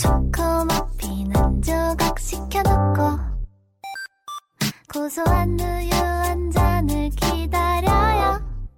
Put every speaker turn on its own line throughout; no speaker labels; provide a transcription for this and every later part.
고소한 우유 한 잔을 기다려요.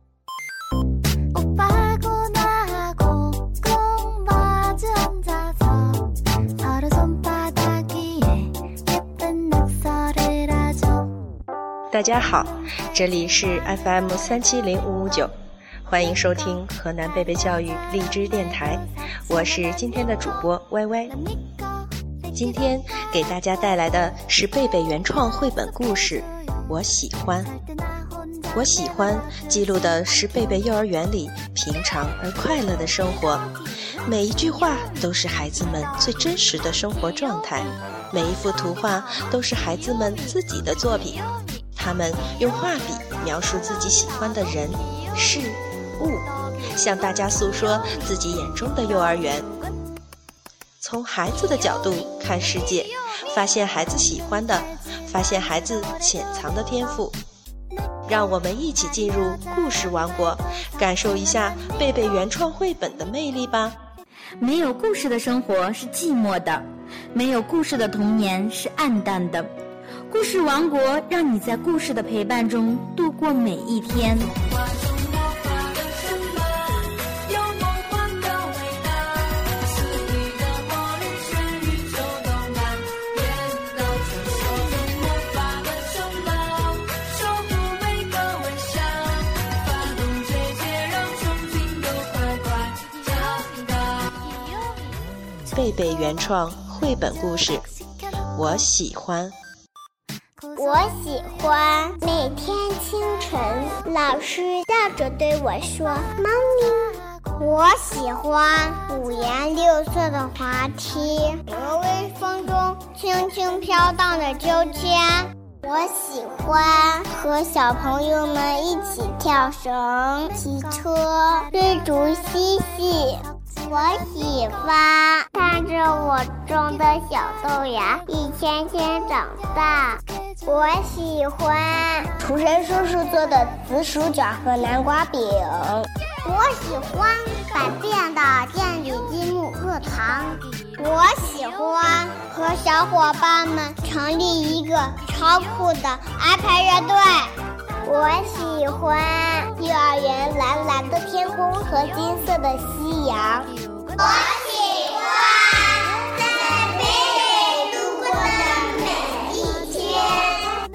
오빠하고 나하고 꼭 마주 앉아서 서로 손바닥 위에 예쁜 낙서를 하죠.
大家好，这里是 FM 370559，欢迎收听河南贝贝教育荔枝电台，我是今天的主播歪歪。今天给大家带来的是贝贝原创绘本故事我喜欢。我喜欢记录的是贝贝幼儿园里平常而快乐的生活，每一句话都是孩子们最真实的生活状态，每一幅图画都是孩子们自己的作品，他们用画笔描述自己喜欢的人事物，向大家诉说自己眼中的幼儿园。从孩子的角度看世界，发现孩子喜欢的，发现孩子潜藏的天赋。让我们一起进入故事王国，感受一下贝贝原创绘本的魅力吧。
没有故事的生活是寂寞的，没有故事的童年是暗淡的。故事王国让你在故事的陪伴中度过每一天。
贝贝原创绘本故事我喜欢。
我喜欢每天清晨老师笑着对我说 Morning。 我喜欢五颜六色的滑梯和微风中轻轻飘荡的秋千。我喜欢和小朋友们一起跳绳、骑车、追逐嬉戏。我喜欢看着我种的小豆芽一天天长大。我喜欢厨神叔叔做的紫薯卷和南瓜饼。我喜欢百变的健力积木课堂。我喜欢和小伙伴们成立一个超酷的安排乐队。我喜欢幼儿园蓝蓝的天空和金色的夕阳。我喜欢在贝贝度过的每一天。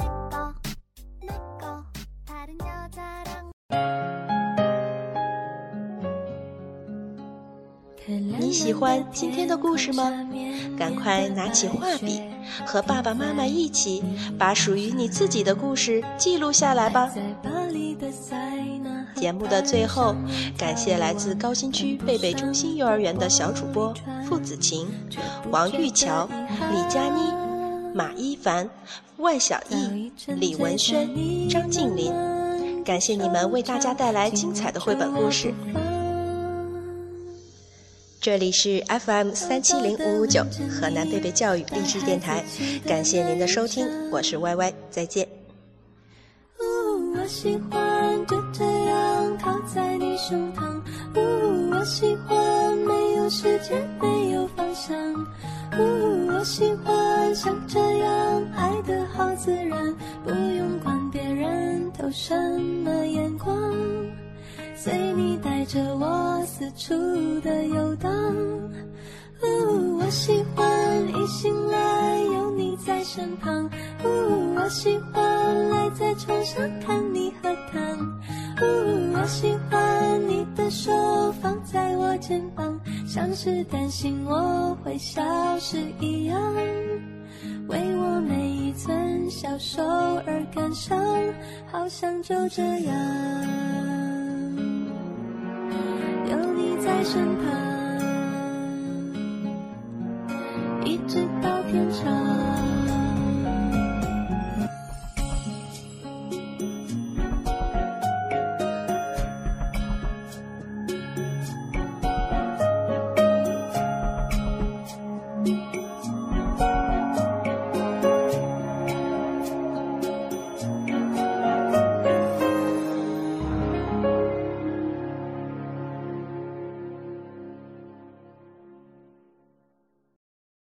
你喜欢今天的故事吗？赶快拿起画笔，和爸爸妈妈一起把属于你自己的故事记录下来吧。节目的最后，感谢来自高新区贝贝中心幼儿园的小主播付子晴、王玉桥、李佳妮、马一凡、万小艺、李文轩、张静林，感谢你们为大家带来精彩的绘本故事。这里是 FM 370559河南贝贝教育励志电台，感谢您的收听，我是歪歪，再见。
我喜欢就这样靠在你胸膛，我喜欢没有时间没有方向，我喜欢像这样爱得好自然，不用管别人投什么眼光，随你带着我四处的游荡。我喜欢一醒来有你在身旁，我喜欢赖在床上看你喝汤，我喜欢你的手放在我肩膀，像是担心我会消失一样，为我每一寸小手而感伤，好像就这样有你在身旁，一直到天长。